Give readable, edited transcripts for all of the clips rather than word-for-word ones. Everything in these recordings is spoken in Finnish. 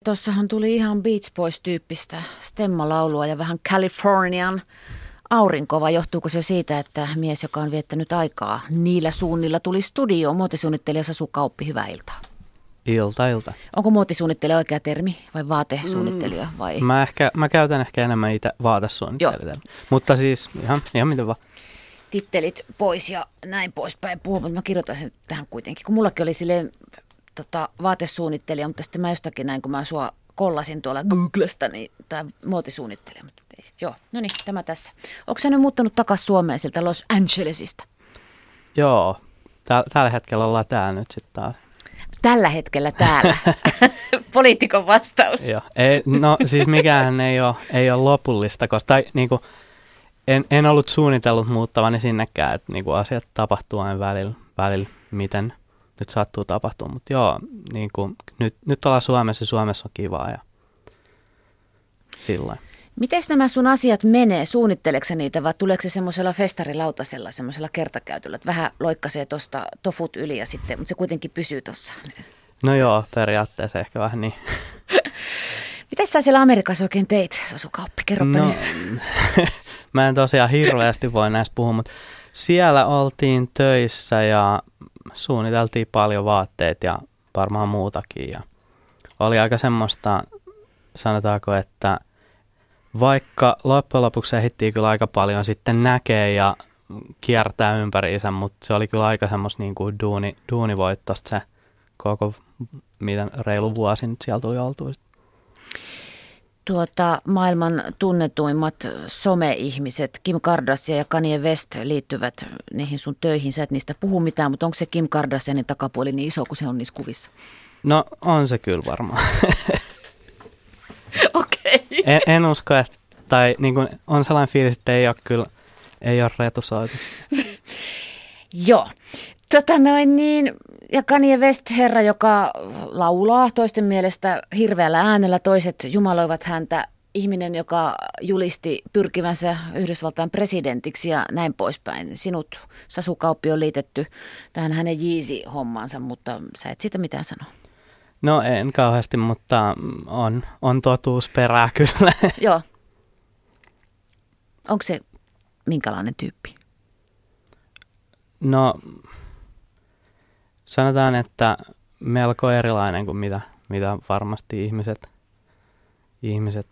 Tuossahan tuli ihan Beach Boys-tyyppistä stemmalaulua ja vähän Californian aurinkoa, vai johtuuko se siitä, että mies, joka on viettänyt aikaa niillä suunnilla, tuli studioon? Muotisuunnittelija Sasu Kauppi, hyvää iltaa. Ilta. Onko muotisuunnittelija oikea termi vai vaatesuunnittelija? Vai? Mä käytän ehkä enemmän itse vaatesuunnittelijaa. Mutta siis ihan miten vaan. Tittelit pois ja näin poispäin puhua, mutta mä kirjoitan sen tähän kuitenkin, kun mullakin oli silleen vaatesuunnittelija, mutta sitten mä jostakin näin, kun mä sua kollasin tuolla Googlesta, niin tämä muotisuunnittelija. Joo, no niin, tämä tässä. Onko sä nyt muuttanut takaisin Suomeen sieltä Los Angelesista? Joo, tällä hetkellä ollaan täällä nyt sitten taas. Tällä hetkellä täällä. Poliitikon vastaus. Joo, no siis mikään ei ole lopullista, koska niinku, en ollut suunnitellut muuttavani sinnekään, että niinku asiat tapahtuu aina välillä miten nyt sattuu tapahtua, mutta joo, niinku, nyt ollaan Suomessa ja Suomessa on kivaa ja sillä. Miten nämä sun asiat menee? Suunnitteleksä sä niitä vai tuleeko se semmoisella festarilautasella, semmoisella kertakäytöllä, että vähän loikkasee tuosta tofut yli ja sitten, mutta se kuitenkin pysyy tuossa? No joo, periaatteessa ehkä vähän niin. Miten sä siellä Amerikassa oikein teit, Sasu Kauppi? Kerropa nyt. Mä en tosiaan hirveästi voi näistä puhua, mutta siellä oltiin töissä ja suunniteltiin paljon vaatteita ja varmaan muutakin. Ja oli aika semmoista, sanotaanko, että vaikka loppujen lopuksi ehdittiin kyllä aika paljon sitten näkee ja kiertää ympäriinsä, mutta se oli kyllä aika semmoista niin kuin duunivoittosta se koko, miten reilu vuosi nyt siellä tuli oltua. Maailman tunnetuimmat some-ihmiset, Kim Kardashian ja Kanye West, liittyvät niihin sun töihin. Sä et niistä puhu mitään, mutta onko se Kim Kardashianin takapuoli niin iso kuin se on niissä kuvissa? No on se kyllä varmaan. Okei. En usko, että, tai niin kuin on sellainen fiilis, että ei ole retusoitu. Joo. Ja Kanye West, herra, joka laulaa toisten mielestä hirveällä äänellä, toiset jumaloivat häntä, ihminen, joka julisti pyrkivänsä Yhdysvaltain presidentiksi ja näin poispäin. Sinut, Sasu Kauppi, on liitetty tähän hänen Yeezy-hommaansa, mutta sä et siitä mitään sano. No en kauheasti, mutta on totuusperää kyllä. Joo. Onko se minkälainen tyyppi? No sanotaan, että melko erilainen kuin mitä varmasti ihmiset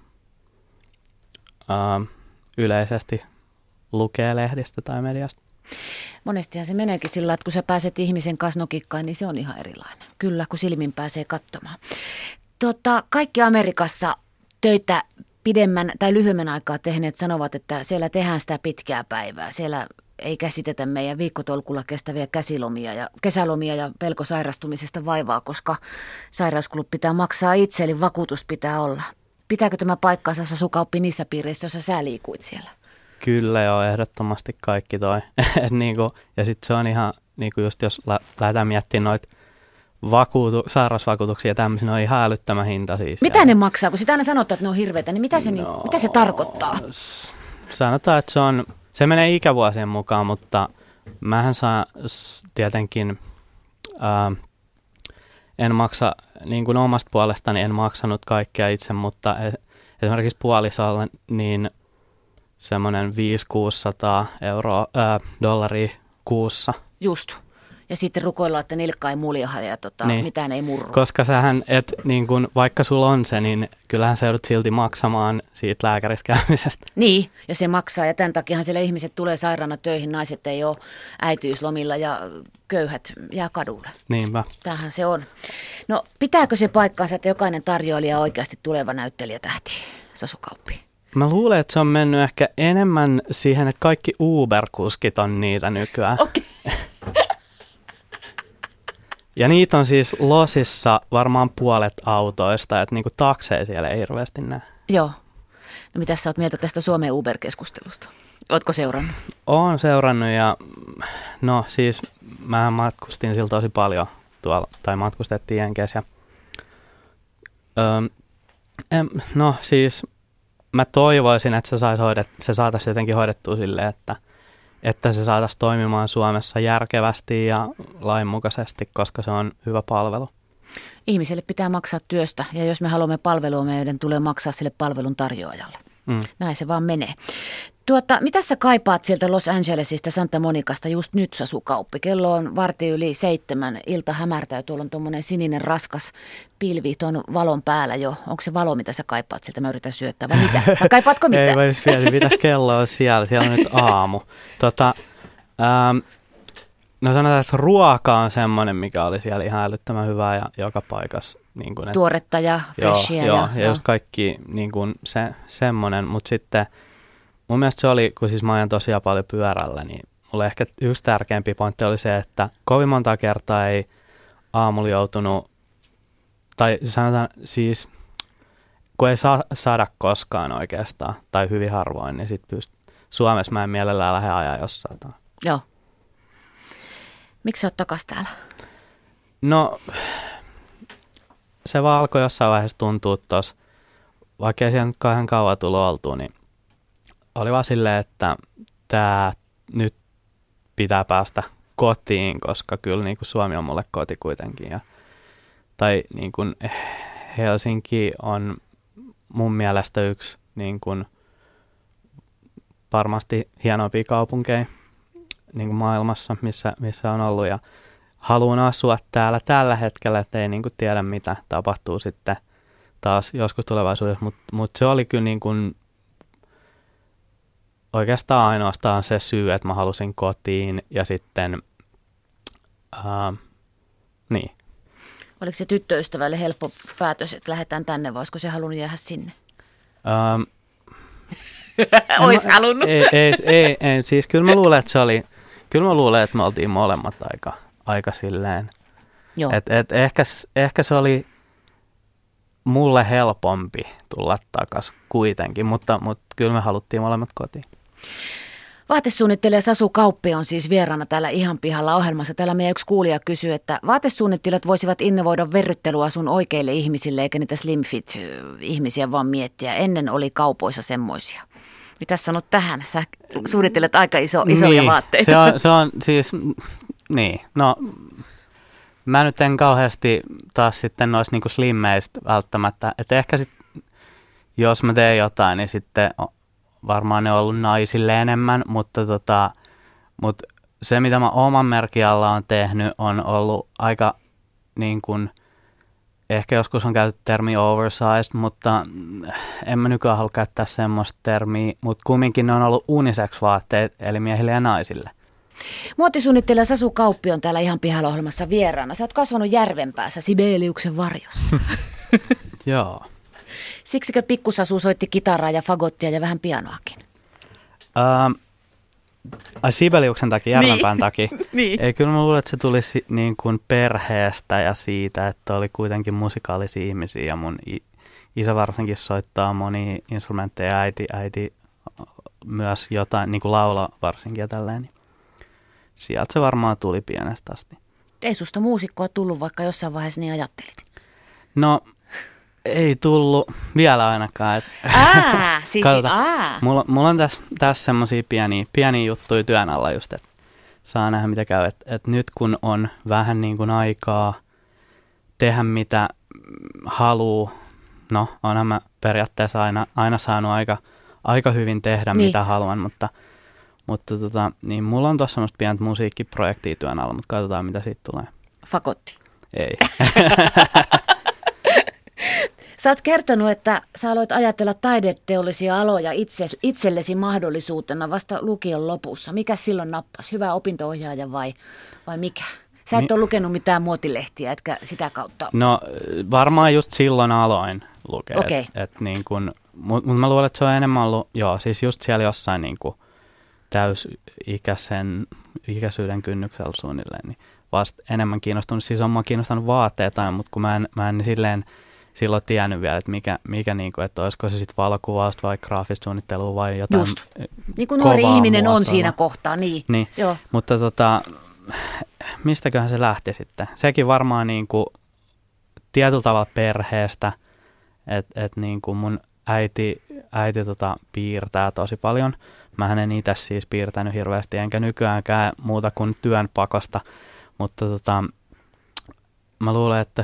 yleisesti lukee lehdistä tai mediasta. Monestihan se meneekin sillä, että kun sä pääset ihmisen kanssa nokikkaan, niin se on ihan erilainen. Kyllä, kun silmin pääsee katsomaan. Kaikki Amerikassa töitä pidemmän tai lyhyemmän aikaa tehneet sanovat, että siellä tehdään sitä pitkää päivää. Siellä ei käsitetä meidän viikkotolkulla kestäviä kesälomia ja pelko sairastumisesta vaivaa, koska sairauskulut pitää maksaa itse, eli vakuutus pitää olla. Pitääkö tämä paikkaansa, Sasu Kauppi, niissä piireissä, joissa sä liikuit siellä? Kyllä joo, ehdottomasti kaikki toi. Ja sitten se on ihan, just jos lähdetään miettimään noita sairausvakuutuksia ja tämmöisiä, ne on ihan älyttömän hinta siis. Mitä ne maksaa? Kun sitä aina sanotaan, että ne on hirveitä, niin mitä se tarkoittaa? Sanotaan, että se menee ikävuosien mukaan, mutta mähän saa tietenkin, en maksa, niin kuin omasta puolestani en maksanut kaikkea itse, mutta esimerkiksi puolisolle niin semmoinen 500-600 dollaria kuussa. Just. Ja sitten rukoillaan, että nilkka ei muljaha ja niin. Mitään ei murru. Koska sähän, niin kun, vaikka sulla on se, niin kyllähän sä joudut silti maksamaan siitä lääkärissä käymisestä. Niin, ja se maksaa. Ja tämän takiahan siellä ihmiset tulee sairaana töihin, naiset ei ole äitiyslomilla ja köyhät jää kadulle. Niinpä. Tämähän se on. No, pitääkö se paikkaansa, että jokainen tarjoilija on oikeasti tuleva näyttelijätähti, Sasu Kauppi? Mä luulen, että se on mennyt ehkä enemmän siihen, että kaikki Uber-kuskit on niitä nykyään. Okei. Ja niitä on siis Losissa varmaan puolet autoista, että niinku takseja siellä ei hirveästi näe. Joo. No mitäs sä oot mieltä tästä Suomen Uber-keskustelusta? Ootko seurannut? Oon seurannut ja no siis mä matkustin sillä tosi paljon tuolla, tai matkustettiin Jenkeissä. No siis mä toivoisin, että se saataisiin jotenkin hoidettua silleen, että se saataisiin toimimaan Suomessa järkevästi ja lainmukaisesti, koska se on hyvä palvelu. Ihmiselle pitää maksaa työstä ja jos me haluamme palvelua, meidän tulee maksaa sille palvelun tarjoajalle. Näin se vaan menee. Mitä sä kaipaat sieltä Los Angelesista, Santa Monicasta just nyt, Sasu Kauppi? Kello on 6:15, ilta hämärtää ja tuolla on tuommoinen sininen raskas pilvi tuon valon päällä jo. Onko se valo, mitä sä kaipaat sieltä? Mä yritän syöttää, vai mitä? Vai kaipaatko mitään? Ei voi vielä, mitäs kello on siellä? Siellä on nyt aamu. No sanotaan, että ruoka on semmoinen, mikä oli siellä ihan älyttömän hyvää ja joka paikassa. Niin kuin, tuoretta ja freshia. Joo, ja just kaikki niin kuin semmoinen, mutta sitten mun mielestä se oli, kun siis mä ajan tosiaan paljon pyörällä, niin mulle ehkä yksi tärkeämpi pointti oli se, että kovin monta kertaa ei aamulla joutunut, tai sanotaan siis, kun ei saada koskaan oikeastaan, tai hyvin harvoin, niin sitten Suomessa mä en mielellään lähde ajaa jossain. Joo. Miksi sä oot takas täällä? No, se vaan alkoi jossain vaiheessa tuntua tuossa, vaikka ei siellä nyt kauhean kauan tullut oltua, niin oli vaan silleen, että tää nyt pitää päästä kotiin, koska kyllä niin kuin Suomi on mulle koti kuitenkin. Tai niin kuin Helsinki on mun mielestä yksi niin kuin varmasti hienoimpia kaupunkeja niin kuin maailmassa, missä on ollut. Ja haluan asua täällä tällä hetkellä, että ei niin kuin tiedä mitä tapahtuu sitten taas joskus tulevaisuudessa. Mutta se oli kyllä niin kuin oikeastaan ainoastaan se syy, että mä halusin kotiin ja sitten, niin. Oliko se tyttöystävälle helppo päätös, että lähdetään tänne, vai olisiko se halunnut jäädä sinne? Ois halunnut. Ei, siis kyllä mä luulen, että se oli, kyllä mä luulen, että me oltiin molemmat aika silleen. Joo. Ehkä se oli mulle helpompi tulla takas kuitenkin, mutta kyllä me haluttiin molemmat kotiin. Vaatesuunnittelija Sasu Kauppi on siis vieraana täällä Ihan pihalla -ohjelmassa. Täällä meidän yksi kuulija kysyy, että vaatesuunnittelijat voisivat innovoida verryttelyasun oikeille ihmisille, eikä niitä slim fit ihmisiä vaan miettiä. Ennen oli kaupoissa semmoisia. Mitä sanot tähän? Sä suunnittelet aika isoja niin, vaatteita. Se on siis, niin, no mä nyt en kauheasti taas sitten noissa niinku slimmeistä välttämättä, että ehkä sitten jos mä teen jotain, niin sitten varmaan ne on ollut naisille enemmän, mutta se mitä mä oman merkin alla on tehnyt on ollut aika niin kuin, ehkä joskus on käytetty termi oversized, mutta en mä nykyään halua käyttää semmoista termiä, mutta kumminkin ne on ollut unisex-vaatteet, eli miehille ja naisille. Muotisuunnittelija Sasu Kauppi on täällä Ihan pihalla -ohjelmassa vieraana. Sä oot kasvanut Järvenpäässä Sibeliuksen varjossa. Joo. Siksikö pikkusasu soitti kitaraa ja fagottia ja vähän pianoakin? Sibeliuksen takia, Järvenpään takia. Niin. Ei, kyllä mä luulen, että se tuli niin kuin perheestä ja siitä, että oli kuitenkin musikaalisia ihmisiä ja mun isä varsinkin soittaa monia instrumentteja ja äiti myös jotain, niin kuin laulaa varsinkin ja tälleen. Sieltä se varmaan tuli pienestä asti. Ei susta muusikkoa tullut, vaikka jossain vaiheessa niin ajattelit? No, ei tullut vielä ainakaan. Mulla on tässä semmosia pieniä juttuja työn alla just, että saa nähdä mitä käy. Et nyt kun on vähän niin kuin aikaa tehdä mitä haluu, no onhan mä periaatteessa aina saanut aika hyvin tehdä mitä haluan, mutta niin mulla on tuossa semmoista pientä musiikkiprojektia työn alla, mutta katsotaan mitä siitä tulee. Fagotti. Ei. Sä oot kertonut, että sä aloit ajatella taideteollisia aloja itsellesi mahdollisuutena vasta lukion lopussa. Mikä silloin nappasi? Hyvä opinto-ohjaaja vai mikä? Sä et ole lukenut mitään muotilehtiä, etkä sitä kautta? No varmaan just silloin aloin lukea. Okay. Niin mutta mä luulen, että se on enemmän ollut, siis just siellä jossain niin kuin täysikäisyyden kynnyksellä suunnilleen, niin vasta enemmän kiinnostunut. Siis on mua kiinnostanut vaatteet, mutta kun mä en silleen silloin tiennyt vielä, että mikä niinku, että olisiko se sitten valokuvausta vai graafista suunnittelua vai jotain. Just, niin kuin nuori ihminen muotoilla on siinä kohtaa, niin. Joo. Mutta mistäköhän se lähti sitten? Sekin varmaan niinku tietyllä tavalla perheestä, että niinku mun äiti piirtää tosi paljon. Mähän en itse siis piirtänyt hirveästi, enkä nykyäänkään muuta kuin työn pakosta, mutta mä luulen, että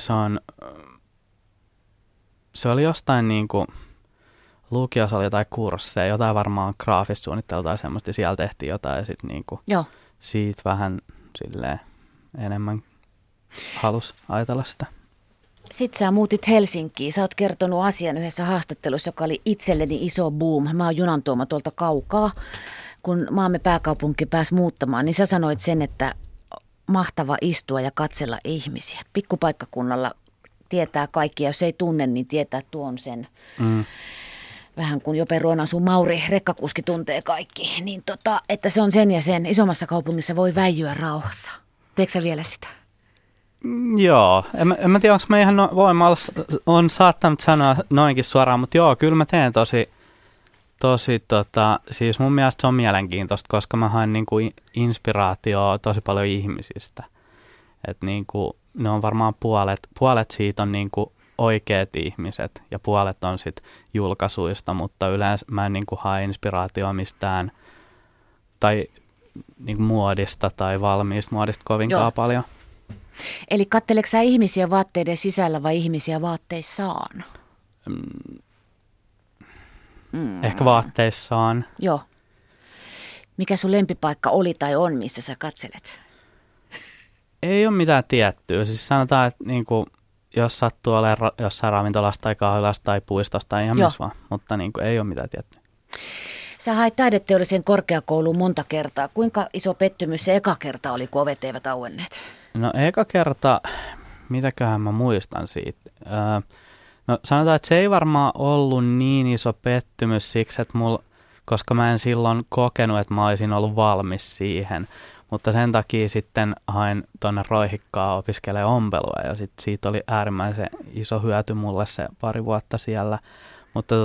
se oli jostain niinku, lukiossa oli jotain kursseja, jotain varmaan graafista suunnittelua tai semmoista, ja siellä tehtiin jotain, ja sitten niinku siitä vähän silleen enemmän halus ajatella sitä. Sitten sä muutit Helsinkiin. Sä oot kertonut asian yhdessä haastattelussa, joka oli itselleni iso boom. Mä oon junantuoma tuolta kaukaa. Kun maamme pääkaupunki pääsi muuttamaan, niin sä sanoit sen, että mahtava istua ja katsella ihmisiä. Pikkupaikkakunnalla tietää kaikki, ja jos ei tunne, niin tietää tuon sen. Vähän kuin Jope Ruonansuun Mauri, rekkakuski, tuntee kaikki. Niin että se on sen ja sen. Isommassa kaupungissa voi väijyä rauhassa. Teekö sä vielä sitä? Joo, en mä tiedä, onko mä ihan on saattanut sanoa noinkin suoraan, mutta joo, kyllä mä teen tosi siis mun mielestä se on mielenkiintoista, koska mä haen niinku inspiraatioa tosi paljon ihmisistä. Että niinku, ne on varmaan puolet siitä on niinku oikeat ihmiset ja puolet on sit julkaisuista, mutta yleensä mä en niinku hae inspiraatioa mistään tai niinku muodista tai valmiista muodista kovinkaan paljon. Eli katseleeko sä ihmisiä vaatteiden sisällä vai ihmisiä vaatteissaan? Ehkä vaatteissaan. Joo. Mikä sun lempipaikka oli tai on, missä sä katselet? Ei ole mitään tiettyä. Siis sanotaan, että niinku, jos sattuu olemaan jossain ravintolassa tai kahvilassa tai puistossa tai ihan missä vaan, mutta niinku, ei ole mitään tiettyä. Sä hait taideteollisen korkeakouluun monta kertaa. Kuinka iso pettymys se eka kerta oli, kun ovet eivät auenneet? No eka kerta, mitäköhän mä muistan siitä. No sanotaan, että se ei varmaan ollut niin iso pettymys siksi, että koska mä en silloin kokenut, että mä olisin ollut valmis siihen. Mutta sen takia sitten hain tuonne Roihikkaan opiskelemaan ompelua ja sitten siitä oli äärimmäisen iso hyöty mulle se pari vuotta siellä. Mutta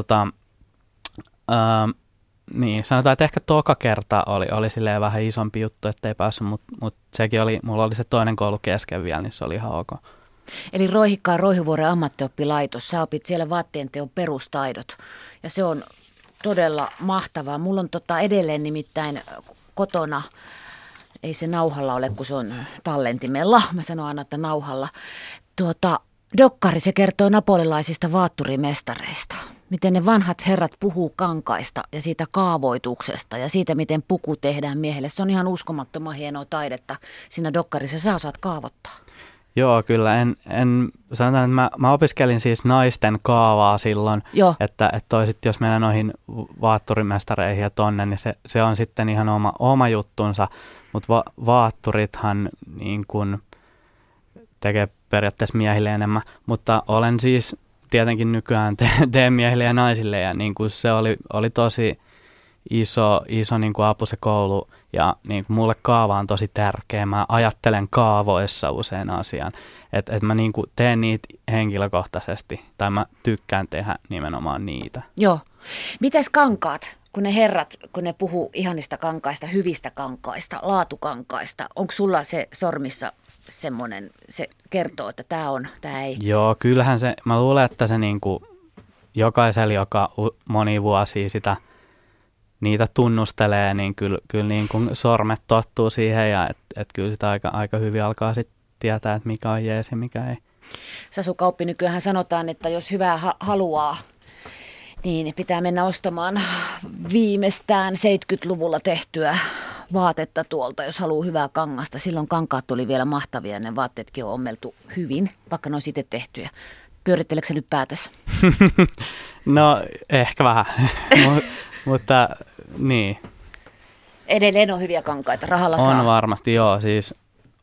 niin, sanotaan, että ehkä toka kerta oli silleen vähän isompi juttu, ettei päässyt, mutta sekin oli, mulla oli se toinen koulu kesken vielä, niin se oli ihan ok. Eli Roihikka on Roihuvuoren ammattioppilaitos. Sä opit siellä vaatteanteon perustaidot ja se on todella mahtavaa. Mulla on edelleen nimittäin kotona, ei se nauhalla ole, kun se on tallentimella. Mä sanon aina, että nauhalla. Dokkari, se kertoo napolilaisista vaatturimestareista. Miten ne vanhat herrat puhuu kankaista ja siitä kaavoituksesta ja siitä, miten puku tehdään miehelle. Se on ihan uskomattoman hienoa taidetta siinä dokkarissa. Sä osaat kaavoittaa. Joo, kyllä. Sanotaan, että mä opiskelin siis naisten kaavaa silloin, että toisit, jos mennään noihin vaatturimestareihin ja tonne, niin se on sitten ihan oma juttunsa. Mutta vaatturithan niin kun tekee periaatteessa miehille enemmän, mutta olen siis tietenkin nykyään teen miehille ja naisille ja niin kuin se oli tosi iso niin kuin apu se koulu ja niin kuin mulle kaava on tosi tärkeä. Mä ajattelen kaavoissa usein asian, että mä niin kuin teen niitä henkilökohtaisesti tai mä tykkään tehdä nimenomaan niitä. Joo. Mites kankaat? Kun ne herrat, kun ne puhuu ihanista kankaista, hyvistä kankaista, laatukankaista, onko sulla se sormissa semmoinen, se kertoo, että tämä ei? Joo, kyllähän se, mä luulen, että se niinku jokaisella, joka moni vuosia niitä tunnustelee, niin kyllä niin kuin sormet tottuu siihen ja että kyllä sitä aika hyvin alkaa sitten tietää, että mikä on jees ja mikä ei. Sasu Kauppi, nykyään sanotaan, että jos hyvää haluaa, niin pitää mennä ostamaan viimeistään 70-luvulla tehtyä vaatetta tuolta, jos haluaa hyvää kangasta. Silloin kankaat tuli vielä mahtavia ja ne vaatteetkin on ommeltu hyvin, vaikka ne on sitten tehtyjä. Pyöritteleekö se nyt päätässä? No ehkä vähän, mutta niin. Edelleen on hyviä kankaita, rahalla saa. On varmasti, joo. Siis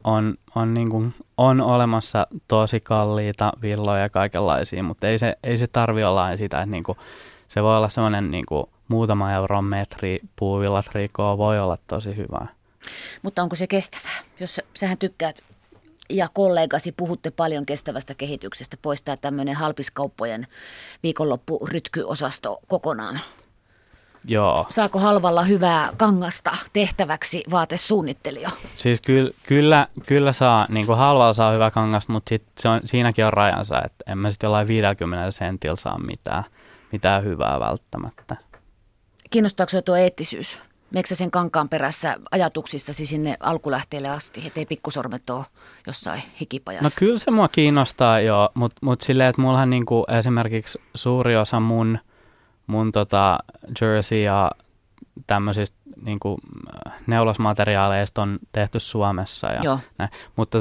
on olemassa tosi kalliita villoja ja kaikenlaisia, mutta ei se tarvi olla sitä, että niinku, se voi olla sellainen niinku, muutama euron metri puuvillatrikoo voi olla tosi hyvää. Mutta onko se kestävää? Jos sähän tykkäät ja kollegasi puhutte paljon kestävästä kehityksestä, poistaa tämmöinen halpiskauppojen viikonloppurytkyosasto kokonaan. Joo. Saako halvalla hyvää kangasta tehtäväksi vaatesuunnittelija? Siis kyllä saa, niin kuin halvalla saa hyvää kangasta, mutta siinäkin on rajansa, että en mä sitten jollain 50 sentillä saa mitään hyvää välttämättä. Kiinnostaako sinua tuo eettisyys? Meneekö sä sen kankaan perässä ajatuksissasi sinne alkulähteelle asti, ettei pikkusormet ole jossain hikipajassa? No kyllä se mua kiinnostaa jo, mutta silleen, että mullahan niinku esimerkiksi suuri osa mun jersey ja tämmöisistä niinku neulosmateriaaleista on tehty Suomessa. Ja näin. Mutta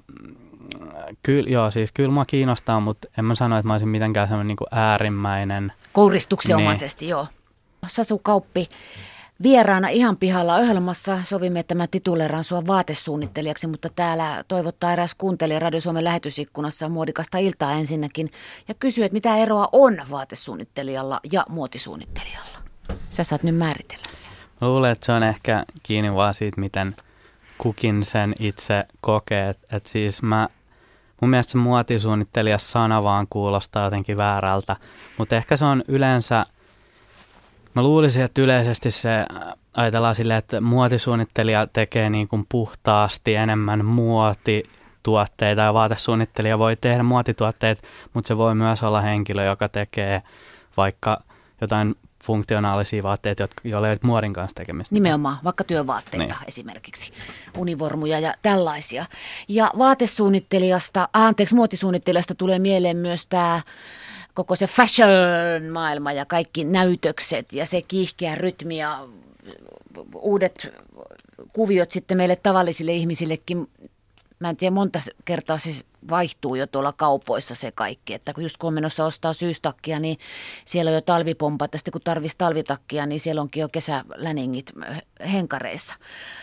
kyllä mua kiinnostaa, mutta en mä sano, että mä olisin mitenkään semmoinen niinku äärimmäinen. Kouristuksenomaisesti, joo. Sasu Kauppi, vieraana ihan pihalla ohjelmassa sovimme, että mä tituleeraan sua vaatesuunnittelijaksi, mutta täällä toivottaa eräs kuuntelija Radio Suomen lähetysikkunassa muodikasta iltaa ensinnäkin ja kysyy, että mitä eroa on vaatesuunnittelijalla ja muotisuunnittelijalla. Sä saat nyt määritellä sen. Mä luulen, että se on ehkä kiinni vaan siitä, miten kukin sen itse kokee. Että siis mun mielestä se muotisuunnittelijasana vaan kuulostaa jotenkin väärältä, mutta ehkä se on yleensä. Mä luulisin, että yleisesti se ajatellaan silleen, että muotisuunnittelija tekee niin kuin puhtaasti enemmän muotituotteita ja vaatesuunnittelija voi tehdä muotituotteita, mutta se voi myös olla henkilö, joka tekee vaikka jotain funktionaalisia vaatteita, joilla ei ole muodin kanssa tekemistä. Nimenomaan, vaikka työvaatteita esimerkiksi, univormuja ja tällaisia. Ja muotisuunnittelijasta tulee mieleen myös tämä koko se fashion-maailma ja kaikki näytökset ja se kiihkeä rytmi ja uudet kuviot sitten meille tavallisille ihmisillekin. Mä en tiedä, monta kertaa se vaihtuu jo tuolla kaupoissa se kaikki, että just kun on menossa ostaa syystakkia, niin siellä on jo talvipompat ja sitten kun tarvitsisi talvitakkia, niin siellä onkin jo kesäläningit henkareissa.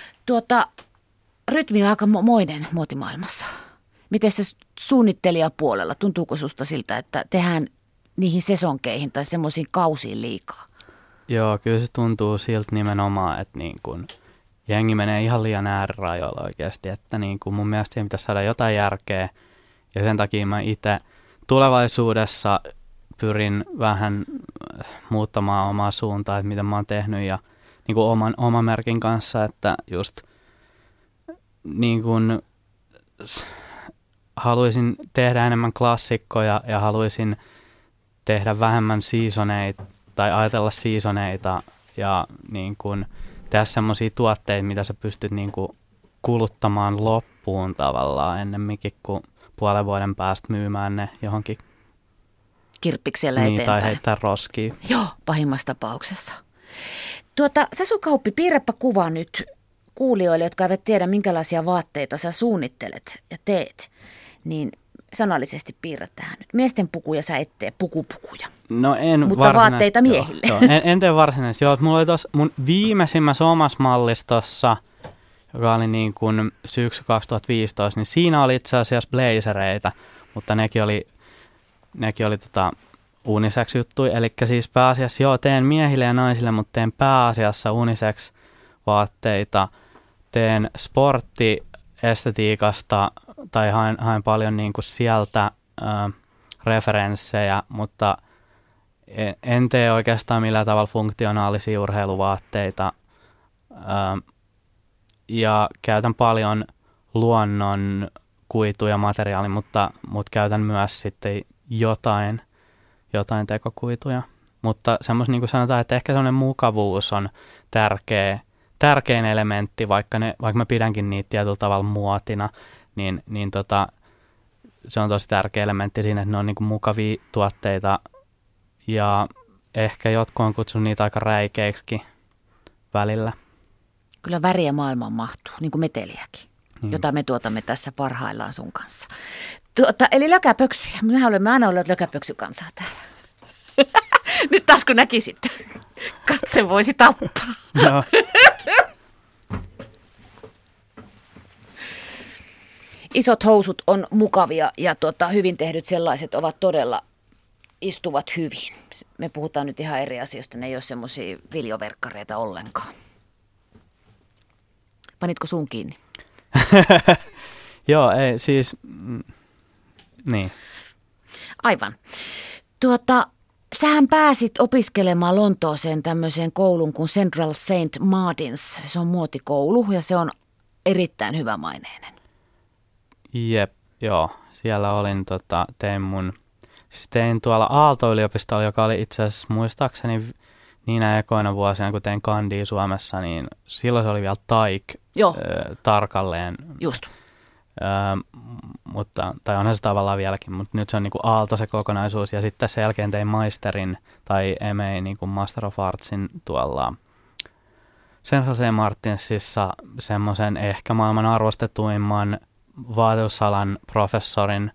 Rytmi on aika moinen muotimaailmassa. Miten se suunnittelijapuolella, tuntuuko susta siltä, että tehdään niihin sesonkeihin tai semmoisiin kausiin liikaa? Joo, kyllä se tuntuu siltä nimenomaan, että niin kun jengi menee ihan liian äärirajoilla oikeasti, että niin kun mun mielestä siihen pitäisi saada jotain järkeä ja sen takia mä itse tulevaisuudessa pyrin vähän muuttamaan omaa suuntaa, että mitä mä oon tehnyt ja niin kun oman merkin kanssa, että just niin kun haluaisin tehdä enemmän klassikkoja ja haluaisin tehdä vähemmän seasoneita tai ajatella seasoneita ja niin kuin tehdä semmoisia tuotteita, mitä sä pystyt niin kuin kuluttamaan loppuun tavallaan ennemminkin kuin puolen vuoden päästä myymään ne johonkin kirppiksellä eteenpäin. Tai heittää roskiin. Joo, pahimmassa tapauksessa. Sasu Kauppi, piirräpä kuva nyt kuulijoille, jotka eivät tiedä, minkälaisia vaatteita sä suunnittelet ja teet, niin sanallisesti piirrät tähän nyt. Miesten pukuja sä et tee, pukuja. No en mutta vaatteita miehille. Joo, en tee varsinaisesti. Joo, mulla oli tuossa mun viimeisimmässä omassa mallistossa, joka oli niin kuin syksy 2015, niin siinä oli itse asiassa blazereita, mutta nekin oli unisex juttuja. Eli siis pääasiassa teen miehille ja naisille, mutta teen pääasiassa unisex vaatteita. Teen sporttiestetiikasta tai haen paljon niin kuin sieltä referenssejä, mutta en tee oikeastaan millään tavalla funktionaalisia urheiluvaatteita. Ja käytän paljon luonnon kuituja materiaalia, mutta käytän myös sitten jotain tekokuituja. Mutta semmoista niin kuin sanotaan, että ehkä semmoinen mukavuus on tärkein elementti, vaikka mä pidänkin niitä tietyllä tavalla muotina, niin se on tosi tärkeä elementti siinä, että ne on niin kuin mukavia tuotteita ja ehkä jotkut on kutsunut niitä aika räikeiksi välillä. Kyllä väriä maailmaan mahtuu, niin kuin meteliäkin, jota me tuotamme tässä parhaillaan sun kanssa. Eli lökäpöksyjä. Mehän olemme aina olleet lökäpöksykansaa täällä. Nyt taas kun näkisit, katse voisi tappaa. No. Isot housut on mukavia ja hyvin tehdyt sellaiset todella istuvat hyvin. Me puhutaan nyt ihan eri asioista, ne ei ole semmoisia viljoverkkareita ollenkaan. Panitko suun kiinni? Joo, ei siis, niin. Aivan. Sähän pääsit opiskelemaan Lontooseen tämmöiseen kouluun kuin Central Saint Martins. Se on muotikoulu ja se on erittäin hyvämaineinen. Jep, joo. Siellä olin, tein tuolla Aalto-yliopistolla, joka oli itse asiassa muistaakseni niinä ekoina vuosina, kun tein kandia Suomessa, niin silloin se oli vielä tarkalleen. Just. Tai onhan se tavallaan vieläkin, mutta nyt se on niinku aalto se kokonaisuus. Ja sitten sen jälkeen tein maisterin tai MA, niinku Master of Artsin tuolla San Jose Martinsissa semmoisen ehkä maailman arvostetuimman vaatetusalan professorin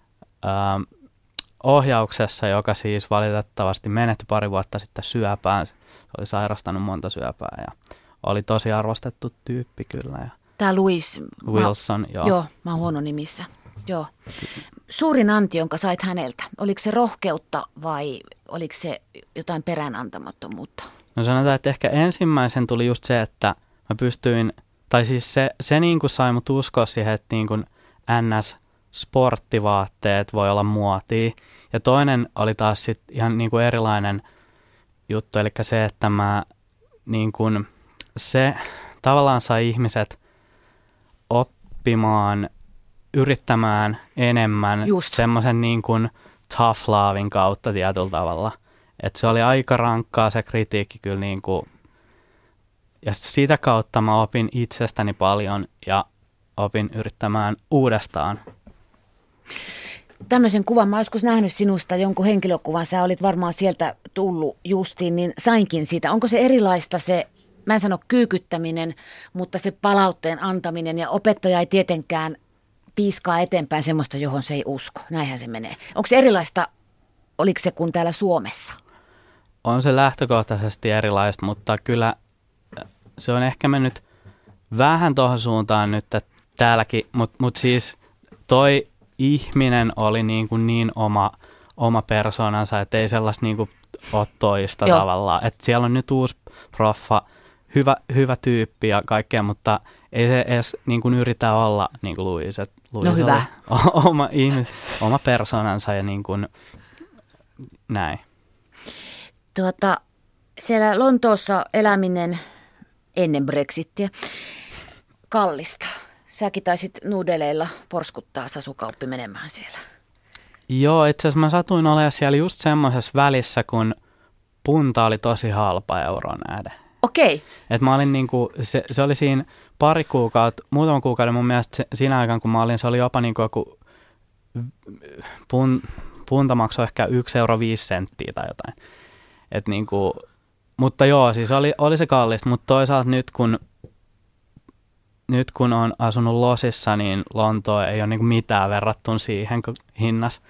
ohjauksessa, joka siis valitettavasti menehtyi pari vuotta sitten syöpään. Se oli sairastanut monta syöpää ja oli tosi arvostettu tyyppi kyllä. Ja tämä Louis Wilson, joo. Joo, mä oon huono nimissä. Joo. Suurin anti, jonka sait häneltä, oliko se rohkeutta vai oliko se jotain peräänantamattomuutta? No sanotaan, että ehkä ensimmäisen tuli just se, että mä pystyin, tai siis se niin kuin sai mut uskoa siihen, että niin kuin NS-sporttivaatteet voi olla muotia. Ja toinen oli taas sitten ihan niin kuin erilainen juttu, eli se, että mä niin kuin, se tavallaan sai ihmiset oppimaan, yrittämään enemmän semmoisen niin kuin tough lovein kautta tietyllä tavalla. Että se oli aika rankkaa se kritiikki kyllä niin kuin, ja sitä kautta mä opin itsestäni paljon ja opin yrittämään uudestaan. Tämmöisen kuvan, mä oon joskus nähnyt sinusta jonkun henkilökuvan, sä olit varmaan sieltä tullut justiin, niin sainkin siitä. Onko se erilaista se, mä en sano kyykyttäminen, mutta se palautteen antaminen ja opettaja ei tietenkään piiskaa eteenpäin semmoista, johon se ei usko. Näinhän se menee. Onko se erilaista, oliko se kuin täällä Suomessa? On se lähtökohtaisesti erilaista, mutta kyllä se on ehkä mennyt vähän tuohon suuntaan nyt täälläkin, mutta siis toi ihminen oli niin oma persoonansa, että ei sellaista niin kuin ole toista tavallaan. Että siellä on nyt uusi proffa, hyvä tyyppi ja kaikkea, mutta ei se edes niin kuin yritä olla niin kuin Louis. No hyvä. Oma persoonansa ja niin kuin näin. Siellä Lontoossa eläminen ennen Brexittiä kallista. Säkin taisit nuudeleilla porskuttaa Sasu Kauppi menemään siellä. Joo, itse asiassa mä satuin olemaan siellä just semmoisessa välissä, kun punta oli tosi halpa euron nähden. Okei. Että mä olin niinku, se oli siinä muutama kuukauden mun mielestä siinä aikaan, kun mä olin, se oli jopa niinku joku punta maksoi ehkä 1,05 € tai jotain. Et niinku, mutta joo, siis oli se kallista, mutta toisaalta nyt kun on asunut Losissa, niin Lontoa ei ole niinku mitään verrattuna siihen hinnassa.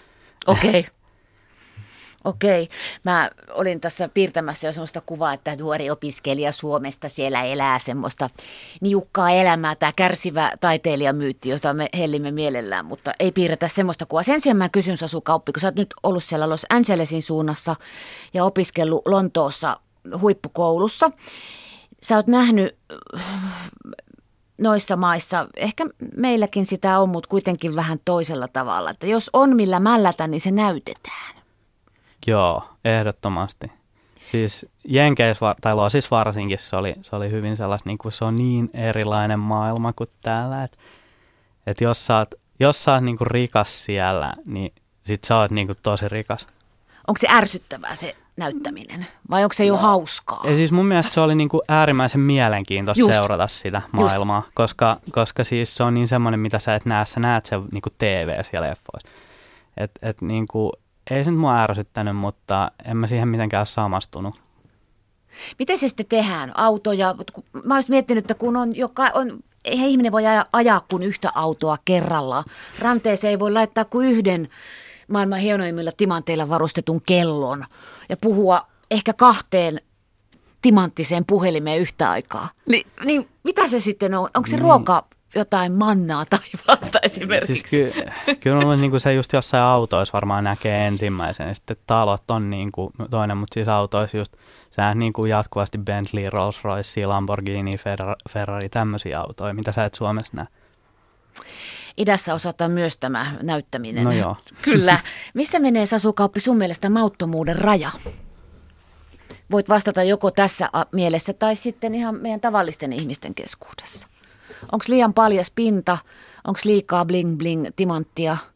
Okei. Mä olin tässä piirtämässä jo semmoista kuvaa, että nuori opiskelija Suomesta siellä elää semmoista niukkaa elämää, tämä kärsivä taiteilijamyytti, jota me hellimme mielellään, mutta ei piirretä semmoista kuvaa. Sen sijaan mä kysyn Sasu Kauppi, kun sä oot nyt ollut siellä Los Angelesin suunnassa ja opiskellut Lontoossa huippukoulussa. Sä oot nähnyt noissa maissa, ehkä meilläkin sitä on, mutta kuitenkin vähän toisella tavalla, että jos on millä mällätä, niin se näytetään. Joo, ehdottomasti. Siis Jenkeissä, tai Losissa varsinkin, se oli hyvin sellaista, niin kuin se on niin erilainen maailma kuin täällä, että jos sä oot niin kuin rikas siellä, niin sit sä oot niin kuin tosi rikas. Onko se ärsyttävää se näyttäminen, vai onko se jo hauskaa? Ja siis mun mielestä se oli niin kuin äärimmäisen mielenkiintoista seurata sitä maailmaa, koska siis se on niin semmoinen, mitä sä et näe, sä näet sen niin kuin TV:ssä ja leffoissa. Et niin kuin, ei se nyt mua ärsyttänyt, mutta en mä siihen mitenkään samastunut. Miten se sitten tehdään? Autoja? Mä olisin miettinyt, että kun eihän ihminen voi ajaa kuin yhtä autoa kerrallaan. Ranteeseen ei voi laittaa kuin yhden maailman hienoimmilla timanteilla varustetun kellon ja puhua ehkä 2 timanttiseen puhelimeen yhtä aikaa. Niin mitä se sitten on? Onko se ruoka jotain mannaa taivaasta esimerkiksi? Siis kyllä niin kuin se just jossain autoissa varmaan näkee ensimmäisen, ja sitten talot on niin kuin toinen, mutta siis autoissa just sä niin kuin jatkuvasti Bentley, Rolls-Royce, Lamborghini, Ferrari, tämmöisiä autoja, mitä sä et Suomessa näe. Idässä osataan myös tämä näyttäminen. No joo. Kyllä. Missä menee, Sasu Kauppi, sun mielestä mauttomuuden raja? Voit vastata joko tässä mielessä tai sitten ihan meidän tavallisten ihmisten keskuudessa. Onko liian paljas pinta? Onko liikaa bling bling timanttia?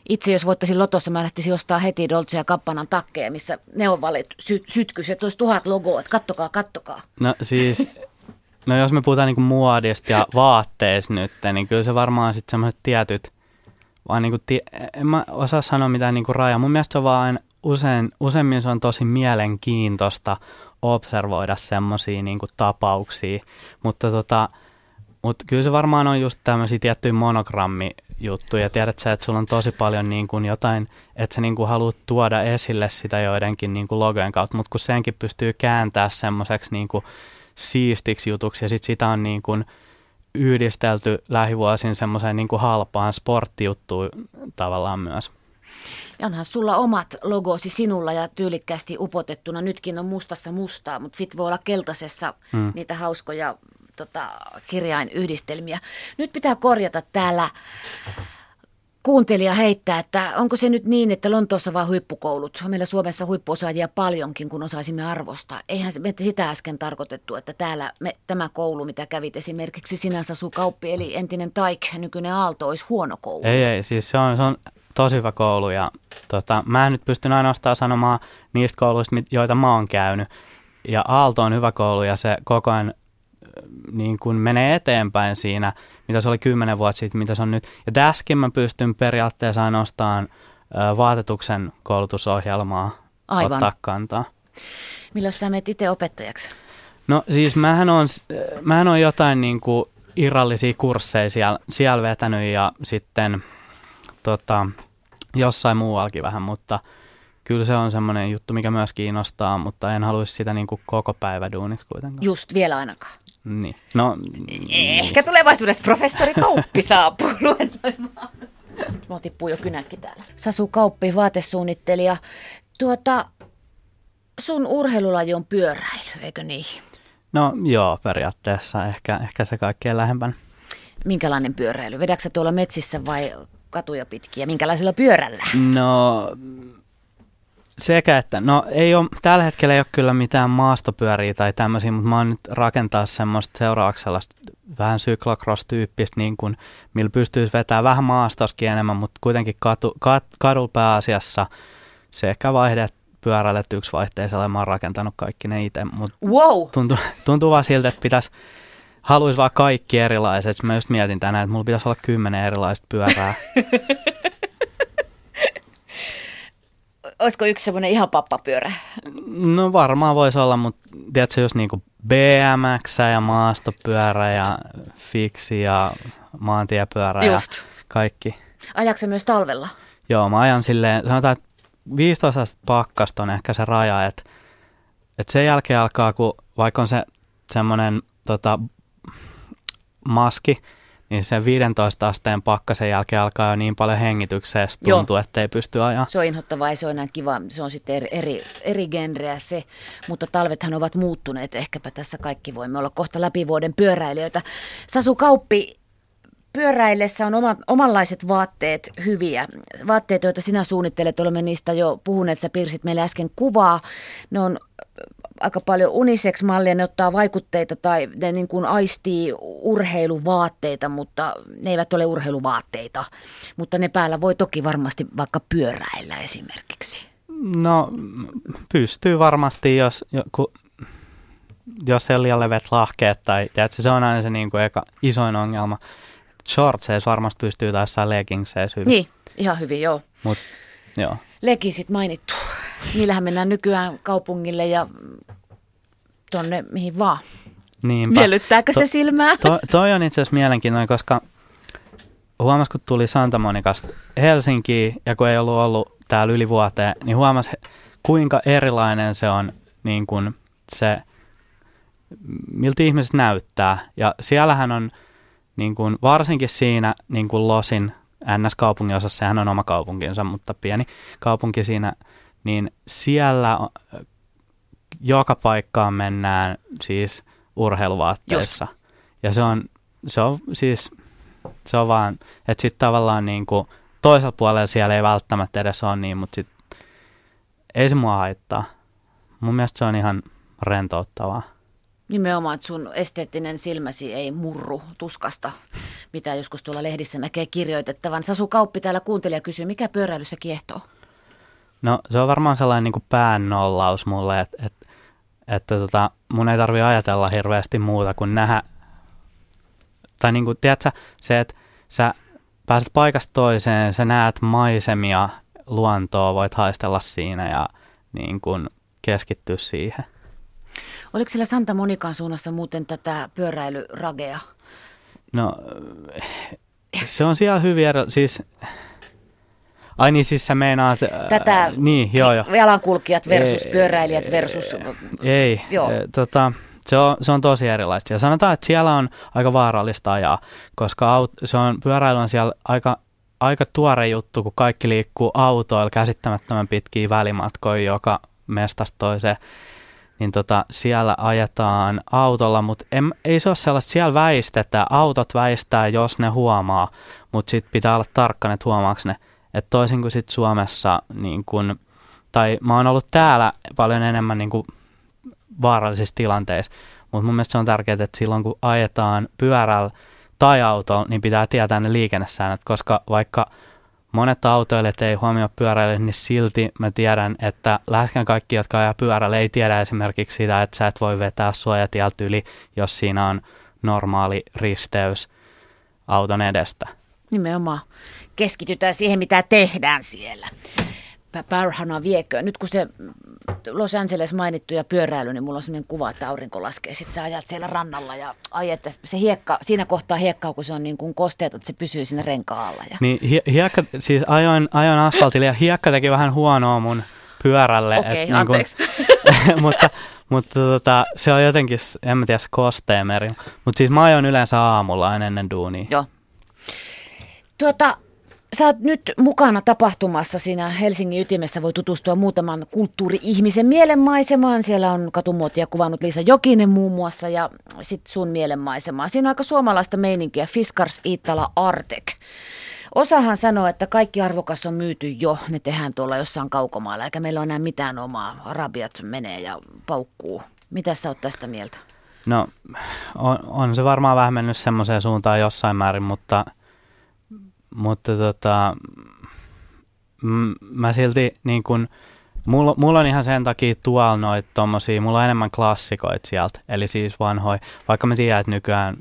Itse jos voittaisin lotossa, mä lähtisin ostaa heti Dolce ja Gabbanan takkeja, missä ne on valittu sytkys, että olisi 1000 logoa, että kattokaa. No siis, jos me puhutaan niinku muodista ja vaatteista nyt, niin kyllä se varmaan sitten semmoiset tietyt, vaan niinku, en mä osaa sanoa mitään niinku rajaa. Mun mielestä se on vaan useimmin se on tosi mielenkiintoista observoida semmoisia niinku tapauksia, mutta kyllä se varmaan on just tämmöisiä tiettyjä monogrammijuttuja. Tiedät sä, että sulla on tosi paljon niin kuin jotain, että sä niin kuin haluat tuoda esille sitä joidenkin niin kuin logojen kautta, mutta kun senkin pystyy kääntämään semmoiseksi niin kuin siistiksi jutuksi ja sitten sitä on niin kuin yhdistelty lähivuosin semmoiseen niin kuin halpaan sporttijuttuun tavallaan myös. Ja onhan sulla omat logosi sinulla ja tyylikkäästi upotettuna. Nytkin on mustassa mustaa, mutta sitten voi olla keltaisessa niitä hauskoja kirjainyhdistelmiä. Nyt pitää korjata täällä kuuntelija heittää, että onko se nyt niin, että Lontoossa vaan huippukoulut? On meillä Suomessa huippuosaajia paljonkin, kun osaisimme arvostaa. Eihän me sitä äsken tarkoitettu, että täällä tämä koulu, mitä kävit esimerkiksi sinä Sasu Kauppi, eli entinen Taik, nykyinen Aalto, olisi huono koulu. Ei, siis se on tosi hyvä koulu ja mä nyt pystyn ainoastaan sanomaan niistä kouluista, joita mä oon käynyt. Ja Aalto on hyvä koulu ja se koko ajan niin kuin menee eteenpäin siinä, mitä se oli 10 vuotta sitten, mitä se on nyt. Ja tässäkin mä pystyn periaatteessa ainoastaan vaatetuksen koulutusohjelmaa ottaa kantaa. Milloin sä menet itse opettajaksi? No siis mähän on jotain niin kuin irrallisia kursseja siellä vetänyt ja sitten jossain muuallakin vähän, mutta kyllä se on semmoinen juttu, mikä myös kiinnostaa, mutta en haluaisi sitä niin kuin koko päivä duuniksi kuitenkaan. Just vielä ainakaan. Niin. No, ehkä tulevaisuudessa professori Kauppi saapuu luennoimaan. Mulla tippuu jo kynäkki täällä. Sasu Kauppi, vaatesuunnittelija. Sun urheilulaji on pyöräily, eikö niin? No joo, periaatteessa ehkä se kaikkein lähempänä. Minkälainen pyöräily? Vedätkö tuolla metsissä vai katuja pitkin ja minkälaisella pyörällä? No sekä että, tällä hetkellä ei ole kyllä mitään maastopyöriä tai tämmöisiä, mutta mä oon nyt rakentaa semmoista seuraavaksi sellaista vähän cyclocross-tyyppistä, niin kuin, millä pystyisi vetämään vähän maastoskin enemmän, mutta kuitenkin kadulla pääasiassa sekä pyörälle, että yksivaihteisella mä oon rakentanut kaikki ne itse, mutta wow. tuntuu vaan siltä, että haluaisi vaan kaikki erilaiset. Mä just mietin tänään, että mulla pitäisi olla 10 erilaista pyörää. Olisiko yksi semmoinen ihan pappapyörä? No varmaan voisi olla, mutta tiedätkö, jos niinku BMX ja maastopyörä ja fiksi ja maantiepyörä just. Ja kaikki. Ajaksä myös talvella? Joo, mä ajan silleen, sanotaan, että 15 pakkasta on ehkä se raja, että sen jälkeen alkaa, kun vaikka on se semmoinen maski, niin sen 15 asteen pakkasen jälkeen alkaa jo niin paljon hengitykseen, tuntuu, ettei pysty ajaa. Se on inhottavaa ja se on enää kiva. Se on sitten eri genreä se, mutta talvethan ovat muuttuneet. Ehkäpä tässä kaikki voimme olla kohta läpi vuoden pyöräilijöitä. Sasu Kauppi, pyöräillessä on omanlaiset vaatteet hyviä. Vaatteet, joita sinä suunnittelet, olemme niistä jo puhuneet, sä piirsit meille äsken kuvaa. Ne on aika paljon unisex-mallia, ne ottaa vaikutteita tai ne niin kuin aistii urheiluvaatteita, mutta ne eivät ole urheiluvaatteita. Mutta ne päällä voi toki varmasti vaikka pyöräillä esimerkiksi. No pystyy varmasti, jos ei ole liian leveät lahkeet tai tiedätkö, se on aina se niin kuin isoin ongelma. Shortseissa varmasti pystyy tai jossain leggingseissa hyvin. Niin, ihan hyvin, joo. Joo. Leggingsit mainittu. Niillähän mennään nykyään kaupungille ja tonne mihin vaan. Niinpä. Miellyttääkö se silmää? Toi on itse asiassa mielenkiintoinen, koska huomas, kun tuli Santa Monicasta Helsinkiin ja kun ei ollut täällä yli vuoteen, niin huomas, kuinka erilainen se on niin kuin se, miltä ihmiset näyttää. Ja siellähän on niin kuin, varsinkin siinä niin kuin Losin NS-kaupungin sehän on oma kaupunkinsa, mutta pieni kaupunki siinä, niin siellä joka paikkaan mennään siis urheiluvaatteissa. Just. Ja se on vaan, että sitten tavallaan niin kuin toisella puolella siellä ei välttämättä edes ole niin, mutta sitten ei se mua haittaa. Mun mielestä se on ihan rentouttavaa. Nimenomaan, että sun esteettinen silmäsi ei murru tuskasta mitä joskus tuolla lehdissä näkee kirjoitettavan. Sasu Kauppi täällä kuuntelija kysyy, mikä pyöräilyssä kiehtoo? No se on varmaan sellainen niin kuin päännollaus mulle, että mun ei tarvitse ajatella hirveästi muuta kuin nähdä, tai niin kuin, tiedätkö, se, että sä pääset paikasta toiseen, sä näet maisemia, luontoa, voit haistella siinä ja niin kuin keskittyä siihen. Oliko siellä Santa Monikan suunnassa muuten tätä pyöräilyragea? No se on siellä hyvin siis... Ai niin, siis sä meinaat... Tätä niin, joo. jalankulkijat versus pyöräilijät versus... Ei, joo. Se on tosi erilaista. Ja sanotaan, että siellä on aika vaarallista ajaa, koska pyöräily on siellä aika tuore juttu, kun kaikki liikkuu autoilla käsittämättömän pitkiä välimatkoja joka mestasta toiseen. Niin siellä ajetaan autolla, mutta ei se ole sellaista, siellä väistetään. Autot väistää, jos ne huomaa, mutta sitten pitää olla tarkkana, että huomaako ne. Että toisin kuin sitten Suomessa, niin kun, tai mä oon ollut täällä paljon enemmän niin kun vaarallisissa tilanteissa, mutta mun mielestä se on tärkeää, että silloin kun ajetaan pyörällä tai autolla, niin pitää tietää ne liikennesäännöt, koska vaikka monet autoilijat ei huomioi pyöräilijät, niin silti mä tiedän, että läheskään kaikki, jotka ajaa pyörällä, ei tiedä esimerkiksi sitä, että sä et voi vetää suojatieltä yli, jos siinä on normaali risteys auton edestä. Nimenomaan. Keskitytään siihen, mitä tehdään siellä. Parhana vieköön. Nyt kun se Los Angeles mainittu ja pyöräily, niin mulla on sellainen kuva, että aurinko laskee. Sitten sä ajat siellä rannalla ja että se hiekka, siinä kohtaa hiekkaa, kun se on niin kuin kosteet, että se pysyy siinä renkaalla. Ja... Niin hiekka, siis ajoin asfaltille ja hiekka teki vähän huonoa mun pyörälle. Okei, anteeksi. Mutta se on jotenkin, en mä tiedä, kosteen meri. Mutta siis mä ajoin yleensä aamulla aina ennen duunia. Joo. Sä oot nyt mukana tapahtumassa siinä Helsingin ytimessä, voi tutustua muutaman kulttuuri-ihmisen mielenmaisemaan. Siellä on katumuotia kuvannut Liisa Jokinen muun muassa ja sitten sun mielenmaisemaa. Siinä on aika suomalaista meininkiä, Fiskars Iittala Artek. Osahan sanoo, että kaikki arvokas on myyty jo, ne tehdään tuolla jossain kaukomaalla, eikä meillä ole enää mitään omaa. Arabiat menee ja paukkuu. Mitä sä oot tästä mieltä? No on se varmaan vähän mennyt semmoiseen suuntaan jossain määrin, mutta mä silti niin kun, mulla on ihan sen takia tuolla noita tommosia, mulla on enemmän klassikoita sieltä, eli siis vanhoja, vaikka mä tiedän, että nykyään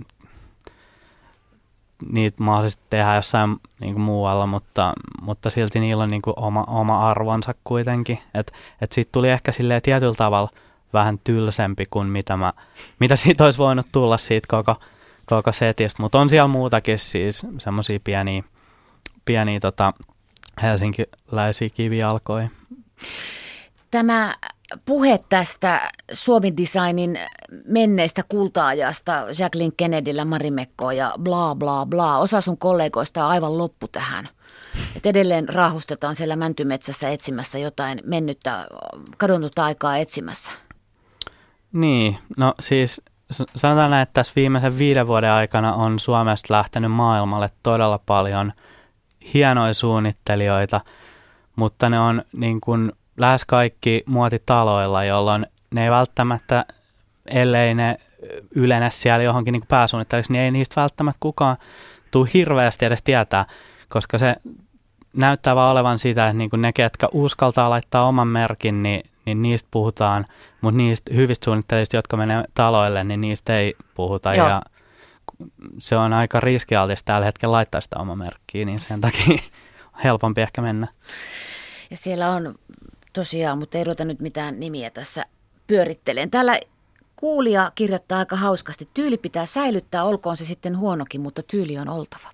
niitä mahdollisesti tehdään jossain niin kuin muualla, mutta silti niillä on niin kuin oma arvonsa kuitenkin, että siitä tuli ehkä silleen tietyllä tavalla vähän tylsempi kuin mitä siitä olisi voinut tulla siitä koko setistä, mutta on siellä muutakin siis semmoisia pieniä helsinkiläisiä kivijalkoja. Tämä puhe tästä Suomi Designin menneistä kulta-ajasta Jacqueline Kennedyllä, Marimekkoa ja bla bla bla. Osa sun kollegoista on aivan loppu tähän. Et edelleen raahustetaan siellä mäntymetsässä etsimässä jotain mennyttä, kadonnutta aikaa etsimässä. Niin, no siis sanotaan näin, että tässä viimeisen 5 vuoden aikana on Suomesta lähtenyt maailmalle todella paljon hienoja suunnittelijoita, mutta ne on niin kuin lähes kaikki muotitaloilla, jolloin ne ei välttämättä, ellei ne ylene siellä johonkin niin kuin pääsuunnittelijaksi, niin ei niistä välttämättä kukaan tule hirveästi edes tietää, koska se näyttää vaan olevan sitä, että niin kuin ne, ketkä uskaltaa laittaa oman merkin, niin niistä puhutaan, mutta niistä hyvistä suunnittelijoista, jotka menee taloille, niin niistä ei puhuta. Joo. Ja se on aika riskialtista tällä hetkellä laittaa sitä omaa merkkiä, niin sen takia helpompi ehkä mennä. Ja siellä on tosiaan, mutta ei ruveta nyt mitään nimiä tässä pyöritteleen. Täällä kuulija kirjoittaa aika hauskasti, tyyli pitää säilyttää, olkoon se sitten huonokin, mutta tyyli on oltava.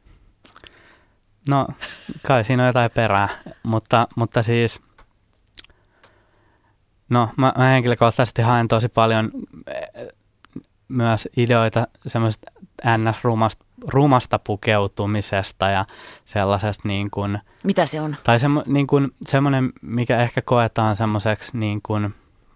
No, kai siinä on jotain perää, mutta siis, no mä henkilökohtaisesti haen tosi paljon myös ideoita semmoisesta rumasta pukeutumisesta ja sellaisesta niin kuin... Mitä se on? Tai niin kuin, semmoinen, mikä ehkä koetaan semmoiseksi niin kuin...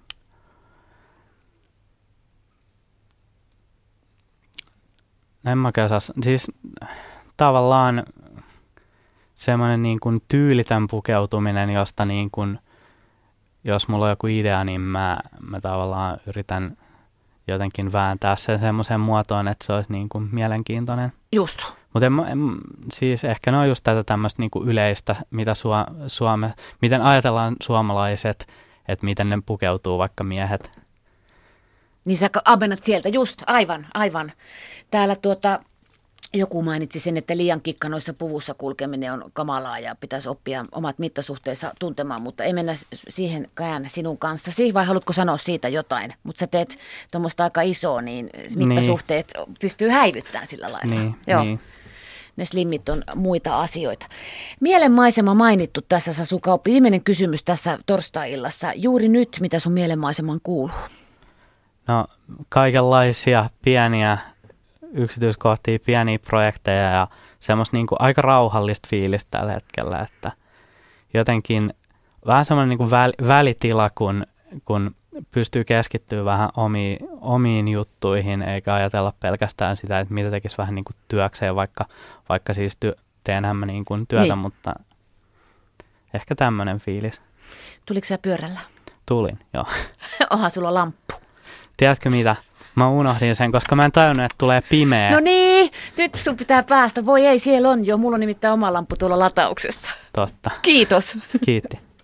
En mä osaa... Siis tavallaan semmoinen niin kuin tyylitön pukeutuminen, josta niin kuin... Jos mulla on joku idea, niin mä tavallaan yritän jotenkin vääntää sen semmoiseen muotoon, että se olisi niin kuin mielenkiintoinen. Just. Mutta siis ehkä ne on just tätä tämmöistä niinku yleistä, mitä miten ajatellaan suomalaiset, että miten ne pukeutuu vaikka miehet. Niin sä amennat sieltä, just, aivan. Täällä joku mainitsi sen, että liian kikkanoissa puvussa kulkeminen on kamalaa ja pitäisi oppia omat mittasuhteensa tuntemaan, mutta ei mennä siihenkään sinun kanssasi, vai haluatko sanoa siitä jotain? Mutta sä teet tuommoista aika isoa, niin mittasuhteet pystyy häivyttämään sillä lailla. Niin. Ne slimmit on muita asioita. Mielenmaisema mainittu tässä, Sasu Kauppi. Viimeinen kysymys tässä torstai-illassa. Juuri nyt, mitä sun mielenmaisemaan kuuluu? No, kaikenlaisia pieniä yksityiskohtia, pieniä projekteja ja semmoista niin kuin aika rauhallista fiilistä tällä hetkellä, että jotenkin vähän semmoinen niin kuin välitila, kun pystyy keskittyä vähän omiin juttuihin, eikä ajatella pelkästään sitä, että mitä tekisi vähän niin kuin työkseen, vaikka siis teenhän mä niin kuin työtä, mutta ehkä tämmöinen fiilis. Tuliko sä pyörällä? Tulin, joo. Onhan sulla lamppu. Tiedätkö mitä? Mä unohdin sen, koska mä en tajunnut, että tulee pimeä. No niin, nyt sun pitää päästä. Voi ei, siellä on jo. Mulla on nimittäin oma lamppu tuolla latauksessa. Totta. Kiitos. Kiitti.